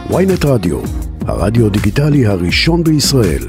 ynet רדיו, הרדיו דיגיטלי הראשון בישראל.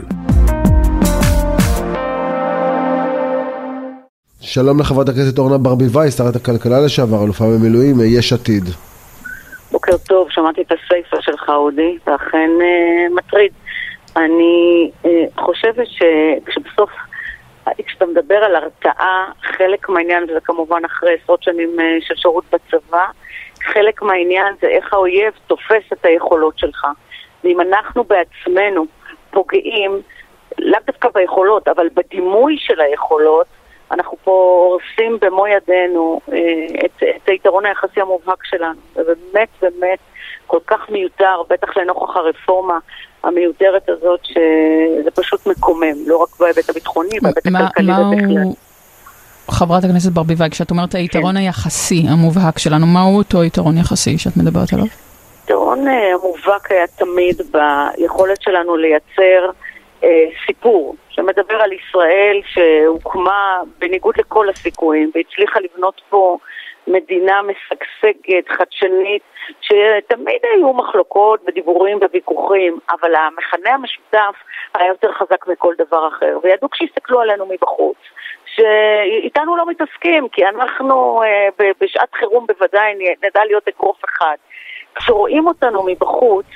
שלום לחברת הכנסת אורנה ברביבאי, שרת הכלכלה לשעבר, אלופה במילואים, יש עתיד. בוקר טוב, שמעתי את הסייפה שלך אודי, ואכן מטריד. אני חושבת שבסוף, כשאתה מדבר על הרתעה, חלק מהעניין, וזה כמובן אחרי עשרות שנים של שירות בצבא, חלק מהעניין זה איך האויב תופס את היכולות שלך. ואם אנחנו בעצמנו פוגעים, לאו דווקא ביכולות, אבל בדימוי של היכולות, אנחנו פה עושים במו ידינו את היתרון היחסי המובהק שלנו. ובאמת, באמת, כל כך מיותר, בטח לנוכח הרפורמה המיותרת הזאת, שזה פשוט מקומם, לא רק בהיבט הביטחוני, בהיבט הכלכלי ובכלל. חברת הכנסת ברביבאי, כשאת אומרת היתרון היחסי המובהק שלנו, מהו אותו יתרון יחסי שאת מדברת עליו? היתרון המובהק היה תמיד ביכולת שלנו לייצר סיפור שמדבר על ישראל שהוקמה בניגוד לכל הסיכויים והצליחה לבנות פה מדינה משגשגת, חדשנית, שתמיד היו מחלוקות בדיבורים ובוויכוחים, אבל המכנה המשותף היה יותר חזק מכל דבר אחר, וידעו כשיסתכלו עלינו מבחוץ שאיתנו לא מתעסקים, כי אנחנו בשעת חירום בוודאי נדע להיות אגרוף אחד. כשרואים אותנו מבחוץ,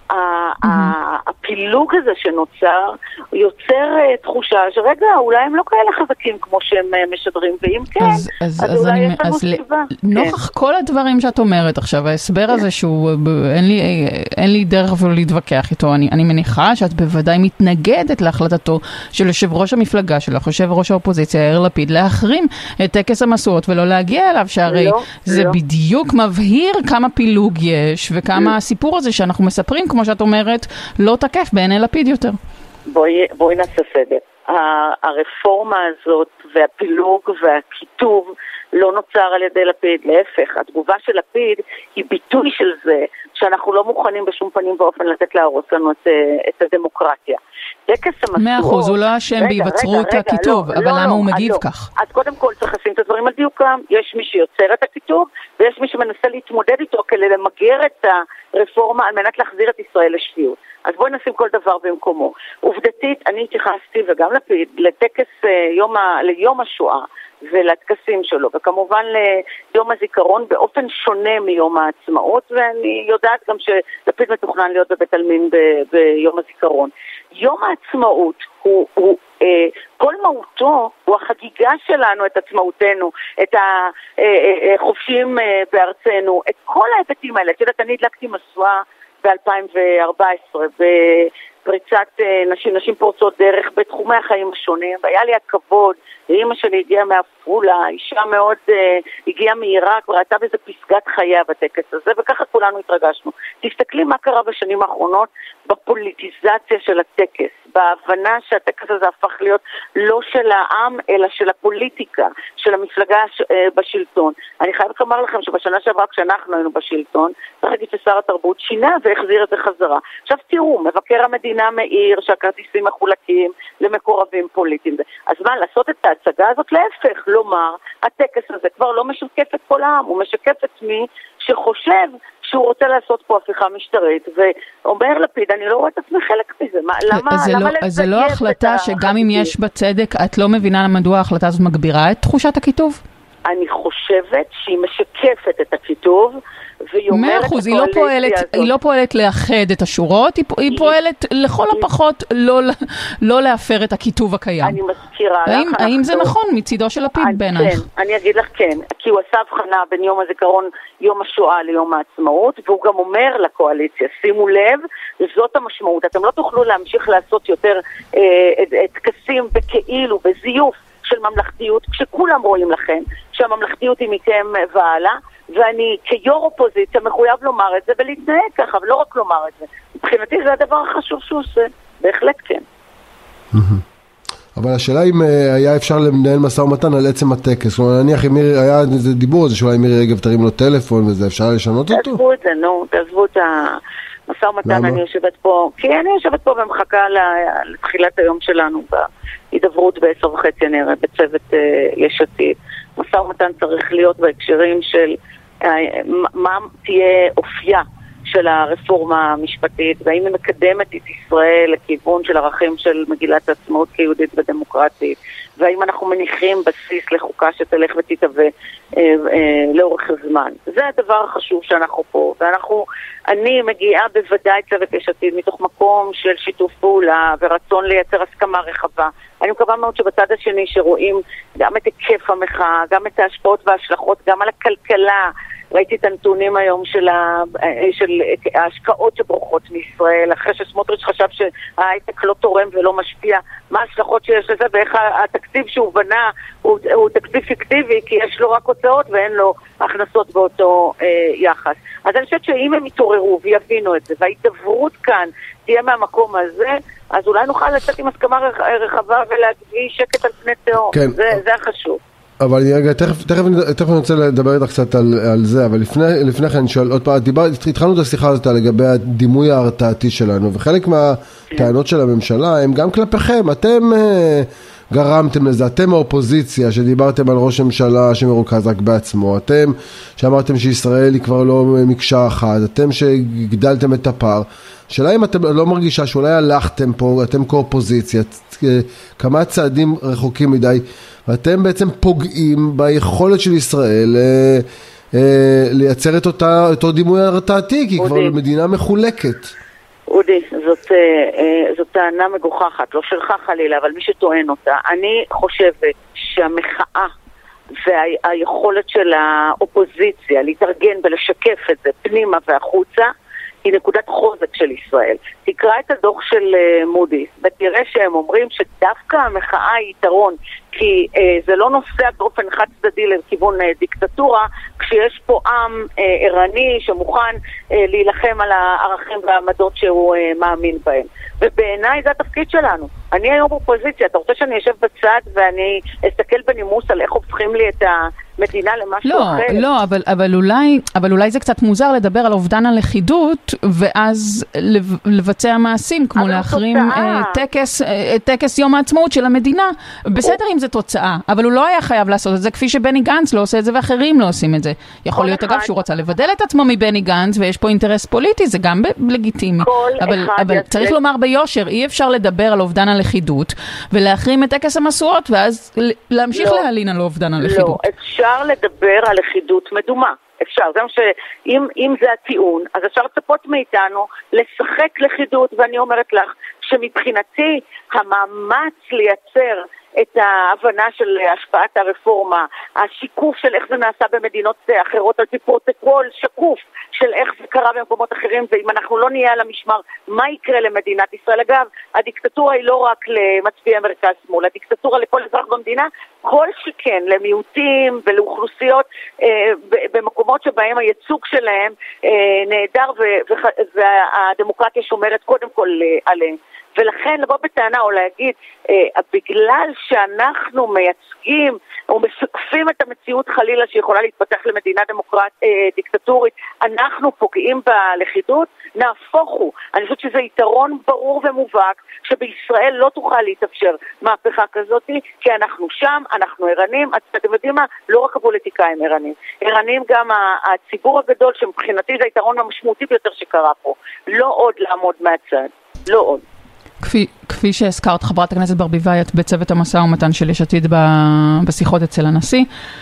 הפילוג הזה שנוצר יוצר תחושה שרגע, אולי הם לא כאלה חזקים כמו שהם משדרים, ואם כן, אז אולי יש לנו סיבה. נוכח כל הדברים שאת אומרת עכשיו, ההסבר הזה שהוא, אין לי דרך אפילו להתווכח איתו, אני מניחה שאת בוודאי מתנגדת להחלטתו של יושב ראש המפלגה שלך, יושב ראש האופוזיציה יאיר לפיד, להחרים את טקס המשואות ולא להגיע אליו, שהרי זה בדיוק מבהיר כמה פילוג יש, וכמה הסיפור הזה שאנחנו מספרים, כמו שאת אומרת, לא תקף בעיני לפיד יותר. בואי נעשה סדר. הרפורמה הזאת והפילוג והכיתוב לא נוצר על ידי לפיד, להפך. התגובה של לפיד היא ביטוי של זה שאנחנו לא מוכנים בשום פנים ואופן לתת להרוס לנו את הדמוקרטיה. טקס המשואות... 100%, הוא לא אשם בהיווצרות הכיתוב, אבל למה הוא מגיב כך? אז קודם כל צריך לשים את הדברים על דיוקם, יש מי שיוצר את הכיתוב, ויש מי שמנסה להתמודד איתו כדי למגר את הרפורמה על מנת להחזיר את ישראל לשפיות. אז בואי נשים כל דבר במקומו. עובדתית, אני התייחסתי וגם לפיד לטקס ליום השואה ולטקסים שלו, וכמובן ליום הזיכרון באופן שונה מיום העצמאות, ואני יודעת גם שלפיד מתוכנן להיות בבית עלמין ביום הזיכרון. יום העצמאות הוא כל מהותו הוא החגיגה שלנו, את עצמאותנו, את החופשים בארצנו, את כל ההיבטים האלה. את יודעת, אני הדלקתי משואה ב-2014 בפריצת נשים פורצות דרך בתחומי החיים השונים, והיה לי הכבוד, אמא שלי הגיעה מעפולה, אישה מאוד הגיעה מעיראק, וראתה בזה פסגת חייה בטקס הזה, וככה כולנו התרגשנו. תסתכלי מה קרה בשנים האחרונות בפוליטיזציה של הטקס, בהבנה שהטקס הזה הפך להיות לא של העם, אלא של הפוליטיקה, של המפלגה בשלטון. אני חייבת לומר לכם שבשנה שעברה כשאנחנו היינו בשלטון, צריך להגיד ששר התרבות שינה והחזיר את זה חזרה. עכשיו תראו, מבקר המדינה מעיר שהכרטיסים מחולקים למקורבים פוליטיים. אז מה, לעשות את ההצגה הזאת? להפך, לומר, הטקס הזה כבר לא משקף את כל העם, הוא משקף את מי שחושב שהוא רוצה לעשות פה הפיכה משטרית, ואומר לפיד, אני לא רואה את עצמי חלק מזה. אז זה לא החלטה שגם אם יש בצדק, את לא מבינה מדוע ההחלטה הזאת מגבירה את תחושת הכיתוב? אני חושבת שהיא משקפת את הכיתוב, והיא אומרת... 100%, היא לא פועלת לאחד את השורות, היא פועלת לכל הפחות לא להפר את הכיתוב הקיים. אני מזכירה לך. האם זה נכון מצידו של לפיד בעינייך? כן, אני אגיד לך כן, כי הוא עשה הבחנה בין יום הזיכרון, יום השואה ליום העצמאות, והוא גם אומר לקואליציה, שימו לב, זאת המשמעות, אתם לא תוכלו להמשיך לעשות יותר טקסים בכאילו, בזיוף של ממלכתיות, כשכולם רואים לכם שהממלכתיות היא מכם והלאה, ואני כיו"ר אופוזיציה מחויב לומר את זה ולהתנהג ככה, ולא רק לומר את זה. מבחינתי זה הדבר החשוב שהוא עושה, בהחלט כן. אבל השאלה אם היה אפשר לנהל משא ומתן על עצם הטקס, כלומר נניח אם היה איזה דיבור הזה שאולי מירי רגב תרים לו טלפון וזה, אפשר לשנות אותו? תעזבו את זה, תעזבו את המשא ומתן. אני יושבת פה, כי אני יושבת פה ומחכה לתחילת היום שלנו בהידברות ב10:30 נראה בצוות יש עתיד. משא ומתן צריך להיות בהקשרים של מה תהיה אופייה של הרפורמה המשפטית, והאם היא מקדמת את ישראל לכיוון של ערכים של מגילת העצמאות כיהודית ודמוקרטית, והאם אנחנו מניחים בסיס לחוקה שתלך ותתהווה לאורך הזמן. זה הדבר החשוב שאנחנו פה, אני מגיעה בוודאי צוות יש עתיד מתוך מקום של שיתוף פעולה ורצון לייצר הסכמה רחבה. אני מקווה מאוד שבצד השני שרואים גם את היקף המחאה, גם את ההשפעות וההשלכות, גם על הכלכלה. ראיתי את הנתונים היום של ההשקעות שבורחות מישראל, אחרי שסמוטריץ' חשב שההייטק לא תורם ולא משפיע, מה ההשלכות שיש לזה ואיך התקציב שהוא בנה הוא תקציב פיקטיבי, כי יש לו רק הוצאות ואין לו הכנסות באותו יחס. אז אני חושבת שאם הם יתעוררו ויבינו את זה, וההידברות כאן תהיה מהמקום הזה, אז אולי נוכל לצאת עם הסכמה רחבה ולהביא שקט על פני תהום. כן. זה החשוב. אבל רגע, תכף אני רוצה לדבר איתך קצת על זה, אבל לפני כן אני שואל עוד פעם, התחלנו את השיחה הזאת לגבי הדימוי ההרתעתי שלנו, וחלק מהטענות של הממשלה הם גם כלפיכם, אתם גרמתם לזה, אתם האופוזיציה שדיברתם על ראש הממשלה שמרוכז רק בעצמו, אתם שאמרתם שישראל היא כבר לא מקשה אחת, אתם שהגדלתם את הפער, שאלה אם אתם לא מרגישה שאולי הלכתם פה, אתם כאופוזיציה, כמה צעדים רחוקים מדי, ואתם בעצם פוגעים ביכולת של ישראל לייצר את אותו דימוי הרתעתי, כי היא כבר מדינה מחולקת. אודי, זאת טענה מגוחכת, לא שלך חלילה, אבל מי שטוען אותה. אני חושבת שהמחאה והיכולת של האופוזיציה להתארגן ולשקף את זה פנימה והחוצה, היא נקודת חוזק של ישראל. תקרא את הדוח של מודי'ס, ותראה שהם אומרים שדווקא המחאה היא יתרון, כי זה לא נוסע באופן חד צדדי לכיוון דיקטטורה, כשיש פה עם ערני שמוכן להילחם על הערכים והעמדות שהוא מאמין בהם. ובעיניי זה התפקיד שלנו. אני היום באופוזיציה, אתה רוצה שאני אשב בצד ואני אסתכל בנימוס על איך הופכים לי את המדינה למשהו אחר? לא, אבל אולי זה קצת מוזר לדבר על אובדן הלכידות, ואז לבצע מעשים, כמו להחרים טקס יום העצמאות של המדינה. בסדר אם זה תוצאה, אבל הוא לא היה חייב לעשות את זה, כפי שבני גנץ לא עושה את זה ואחרים לא עושים את זה. יכול להיות אגב שהוא רוצה לבדל את עצמו מבני גנץ, ויש פה אינטרס פוליטי, זה גם לגיטימי. אבל צריך לומר ביושר, אי אפשר לדבר על אובדן הלכידות, ולהחרים את טקס המשואות, ואז להמשיך להלין על אובדן הלכידות. לא, אפשר לדבר על לכידות מדומה. אפשר, זה מה שאם זה הטיעון, אז אפשר לצפות מאיתנו לשחק לכידות, ואני אומרת לך שמבחינתי המאמץ לייצר את ההבנה של השפעת הרפורמה, השיקוף של איך זה נעשה במדינות אחרות על פי פרוטוקול שקוף של איך זה קרה במקומות אחרים, ואם אנחנו לא נהיה על המשמר, מה יקרה למדינת ישראל? אגב, הדיקטטורה היא לא רק למצביעי מרכז שמאל, הדיקטטורה לכל אזרח במדינה, כל שכן למיעוטים ולאוכלוסיות במקומות שבהם הייצוג שלהם נהדר והדמוקרטיה שומרת קודם כל עליהם. ולכן לבוא בטענה או להגיד, בגלל שאנחנו מייצגים או משקפים את המציאות חלילה שיכולה להתפתח למדינה דיקטטורית, אנחנו פוגעים בלכידות, נהפוך הוא. אני חושבת שזה יתרון ברור ומובהק, שבישראל לא תוכל להתאפשר מהפכה כזאת, כי אנחנו שם, אנחנו ערנים, אתם יודעים מה? לא רק הפוליטיקאים ערנים. ערנים גם הציבור הגדול, שמבחינתי זה היתרון המשמעותי ביותר שקרה פה. לא עוד לעמוד מהצד. לא עוד. כפי שהזכרת, חברת הכנסת ברביבאי, את בצוות המשא ומתן של יש עתיד בשיחות אצל הנשיא,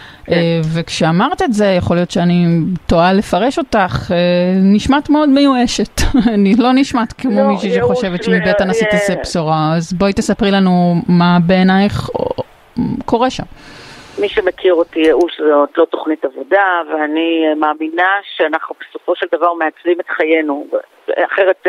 וכשאמרת את זה, יכול להיות שאני טועה לפרש אותך, נשמעת מאוד מיואשת. אני לא נשמעת כמו מישהי שחושבת שמבית הנשיא תעשה בשורה, אז בואי תספרי לנו מה בעינייך קורה שם. מי שמכיר אותי, ייאוש זאת לא תוכנית עבודה, ואני מאמינה שאנחנו בסופו של דבר מעצבים את חיינו, אחרת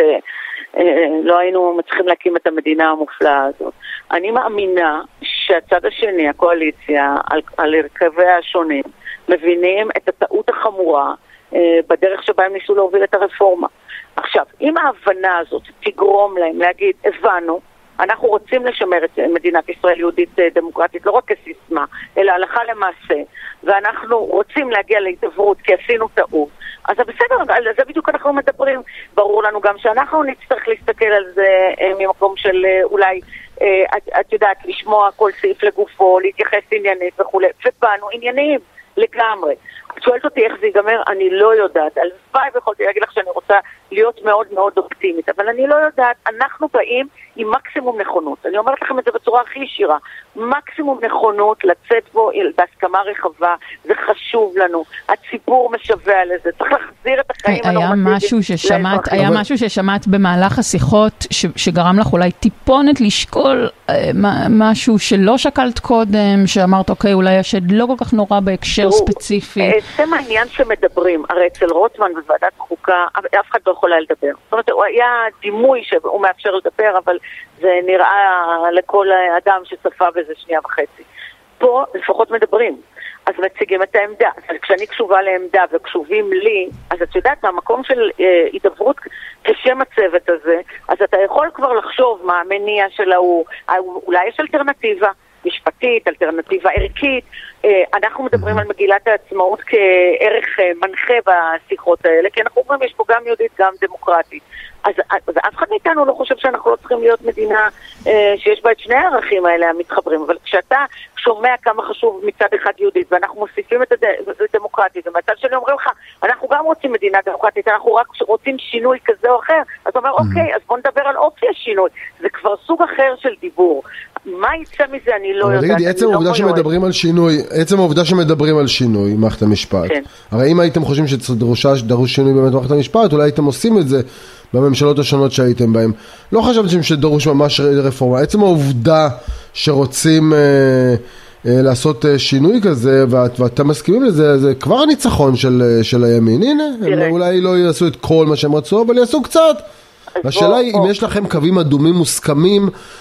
לא היינו מצליחים להקים את המדינה המופלאה הזאת. אני מאמינה שהצד השני, הקואליציה, על הרכביה השונים, מבינים את הטעות החמורה בדרך שבה הם ניסו להוביל את הרפורמה. עכשיו, אם ההבנה הזאת תגרום להם להגיד, הבנו, אנחנו רוצים לשמר את מדינת ישראל יהודית דמוקרטית, לא רק כסיסמה, אלא הלכה למעשה, ואנחנו רוצים להגיע להתעברות כי עשינו טעות, אז בסדר, על זה בדיוק אנחנו מדברים. ברור לנו גם שאנחנו נצטרך להסתכל על זה ממקום של אולי, את יודעת, לשמוע כל סעיף לגופו, להתייחס עניינית וכו', ובאנו ענייניים לגמרי. את שואלת אותי איך זה ייגמר, אני לא יודעת. על ספי ויכולתי להגיד לך שאני רוצה רוצה להיות מאוד מאוד אופטימית, אבל אני לא יודעת, אנחנו באים עם מקסימום נכונות, אני אומרת לכם את זה בצורה הכי ישירה, מקסימום נכונות לצאת בו בהסכמה רחבה, זה חשוב לנו, הציבור משווה לזה, צריך להחזיר את החיים הנורמטיביים. היה משהו ששמעת במהלך השיחות שגרם לך אולי טיפונת לשקול משהו שלא שקלת קודם, שאמרת אוקיי, אולי השד לא כל כך נורא בהקשר ספציפי. זה מעניין שמדברים, הרי אצל רוטמן בוועדת חוקה, אף אחד לא יכולה לדבר. זאת אומרת, הוא היה דימוי שהוא מאפשר לדבר, אבל זה נראה לכל אדם שצפה בזה שנייה וחצי. פה לפחות מדברים, אז מציגים את העמדה. אז כשאני קשובה לעמדה וקשובים לי, אז את יודעת, מהמקום של הידברות כשם הצוות הזה, אז אתה יכול כבר לחשוב מה המניע שלה הוא, אולי יש אלטרנטיבה משפטית, אלטרנטיבה ערכית. אנחנו מדברים על מגילת העצמאות כערך מנחה בשיחות האלה, כי אנחנו אומרים, יש פה גם יהודית, גם דמוקרטית. אז אף אחד מאיתנו לא חושב שאנחנו לא צריכים להיות מדינה שיש בה את שני הערכים האלה המתחברים, אבל כשאתה שומע כמה חשוב מצד אחד יהודית, ואנחנו מוסיפים את הדמוקרטית, ומצד שני אומרים לך, אנחנו גם רוצים מדינה דמוקרטית, אנחנו רק רוצים שינוי כזה או אחר, אז אומר, אוקיי, אז בוא נדבר על אופי השינוי. זה כבר סוג אחר של דיבור. מה יצא מזה אני לא יודעת. עצם העובדה שמדברים על שינוי, עצם העובדה שמדברים על שינוי מערכת המשפט. הרי אם הייתם חושבים שדרוש שינוי באמת מערכת המשפט, אולי הייתם עושים את זה בממשלות השונות שהייתם בהם. לא חשבתם שדרוש ממש רפורמה. עצם העובדה שרוצים לעשות שינוי כזה, ואתם מסכימים לזה, זה כבר הניצחון של הימין. הנה, הם אולי לא יעשו את כל מה שהם רצו, אבל יעשו קצת. השאלה היא אם יש לכם קווים אדומים מוסכמים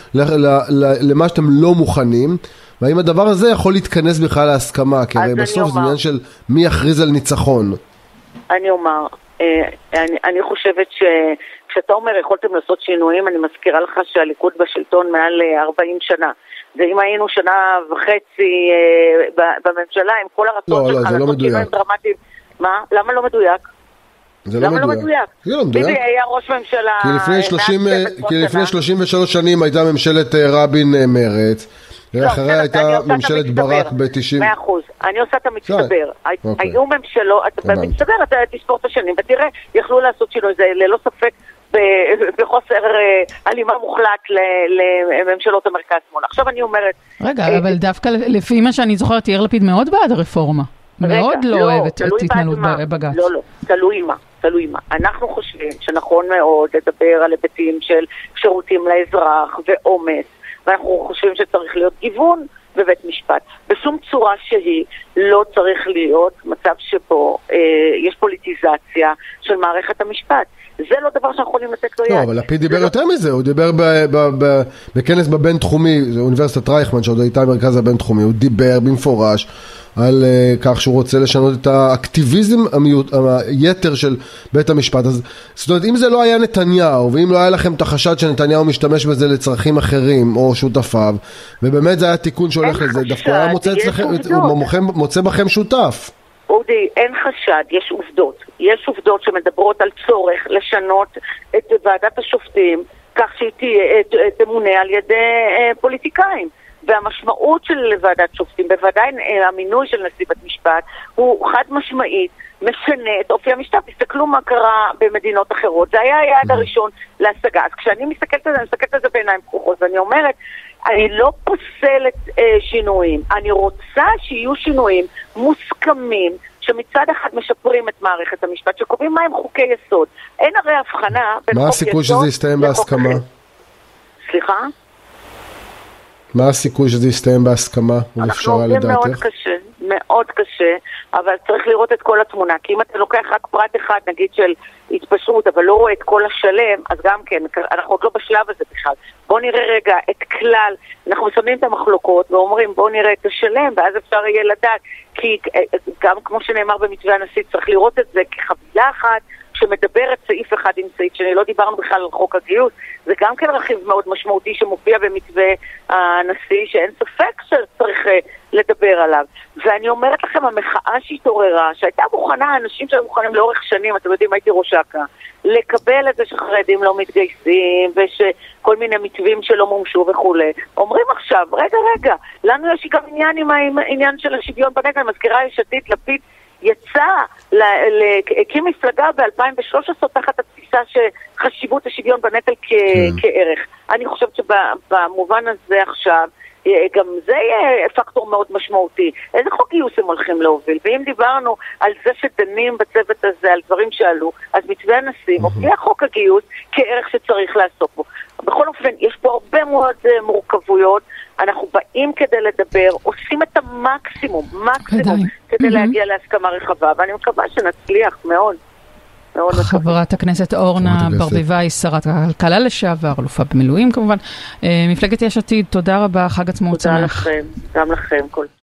למה שאתם לא מוכנים, והאם הדבר הזה יכול להתכנס בכלל להסכמה, כי הרי בסוף זה עניין של מי יכריז על ניצחון. אני אומר, אני חושבת שכשאתה אומר יכולתם לעשות שינויים, אני מזכירה לך שהליכוד בשלטון מעל 40 שנה, ואם היינו שנה וחצי בממשלה עם כל הרצון שלך לעשות שינויים דרמטיים, מה? למה לא מדויק? למה לא מדויק? ביבי היה ראש ממשלה... כי לפני 33 שנים הייתה ממשלת רבין מרץ, ואחריה הייתה ממשלת ברק ב-90... 100%. אני עושה את המצטבר. היו ממשלות... במצטבר אתה תספור את השנים, ותראה, יכלו לעשות שינוי, זה ללא ספק בחוסר הלימה מוחלט לממשלות המרכז-שמאל. עכשיו אני אומרת... רגע, אבל דווקא לפי מה שאני זוכרת, יאיר לפיד מאוד בעד הרפורמה. מאוד לא אוהבת את התנהלות בג"ץ. לא, תלוי מה. אנחנו חושבים שנכון מאוד לדבר על היבטים של שירותים לאזרח ועומס, ואנחנו חושבים שצריך להיות גיוון בבית משפט. בשום צורה שהיא לא צריך להיות מצב שבו יש פוליטיזציה של מערכת המשפט. זה לא דבר שאנחנו יכולים לתת לו יד. לא, אבל לפיד דיבר יותר מזה, הוא דיבר בכנס בבין-תחומי, זה אוניברסיטת רייכמן, שעוד הייתה המרכז הבין-תחומי, הוא דיבר במפורש על כך שהוא רוצה לשנות את האקטיביזם היתר של בית המשפט. אז זאת אומרת, אם זה לא היה נתניהו, ואם לא היה לכם את החשד שנתניהו משתמש בזה לצרכים אחרים, או שותפיו, ובאמת זה היה תיקון שהולך לזה, דווקא היה מוצא בכם שותף. אודי, אין חשד, יש עובדות. יש עובדות שמדברות על צורך לשנות את ועדת השופטים, כך שהיא תמונה על ידי פוליטיקאים. והמשמעות של ועדת שופטים, בוודאי המינוי של נשיא בית משפט, הוא חד משמעית, משנה את אופי המשפט. תסתכלו מה קרה במדינות אחרות. זה היה היעד הראשון להשגה. אז כשאני מסתכלת על זה, אני מסתכלת על זה בעיניים פקוחות, ואני אומרת, אני לא פוסלת שינויים. אני רוצה שיהיו שינויים מוסכמים, שמצד אחד משפרים את מערכת המשפט, שקובעים מהם חוקי יסוד. אין הרי הבחנה בין חוק יסוד... מה הסיכוי שזה יסתיים בהסכמה? סליחה? מה הסיכוי שזה יסתיים בהסכמה? אנחנו עובדים מאוד קשה, אבל צריך לראות את כל התמונה, כי אם אתה לוקח רק פרט אחד, נגיד של התפשרות, אבל לא רואה את כל השלם, אז גם כן, אנחנו עוד לא בשלב הזה בכלל. בוא נראה רגע את כלל, אנחנו מסמנים את המחלוקות ואומרים בוא נראה את השלם, ואז אפשר יהיה לדעת, כי גם כמו שנאמר במתווה הנשיא, צריך לראות את זה כחבילה אחת, שמדברת סעיף אחד עם סעיף שני, לא דיברנו בכלל על חוק הגיוס, זה גם כן רכיב מאוד משמעותי שמופיע במתווה הנשיא, שאין ספק שצריך לדבר עליו. ואני אומרת לכם, המחאה שהתעוררה, שהייתה מוכנה, אנשים שהיו מוכנים לאורך שנים, אתם יודעים, הייתי ראש אכ"א, לקבל את זה שחרדים לא מתגייסים, ושכל מיני מתווים שלא מומשו וכו'. אומרים עכשיו, רגע, לנו יש גם עניין עם העניין של השוויון בנגב, אני מזכירה יש עתיד, לפיד הקים מפלגה ב-2013 תחת התפיסה שחשיבות השוויון בנטל כערך. אני חושבת שבמובן הזה עכשיו, גם זה יהיה פקטור מאוד משמעותי. איזה חוק גיוס הם הולכים להוביל? ואם דיברנו על זה שדנים בצוות הזה, על דברים שעלו, אז מתווה הנשיא מופיע חוק הגיוס כערך שצריך לעסוק בו. בכל אופן, יש פה הרבה מאוד מורכבויות, אנחנו באים כדי לדבר, עושים את המקסימום כדי להגיע להסכמה רחבה, ואני מקווה שנצליח מאוד. חברת הכנסת אורנה ברביבאי, שרת הכלכלה לשעבר, אלופה במילואים כמובן. מפלגת יש עתיד, תודה רבה, חג עצמאות שמח. תודה לכם, גם לכם.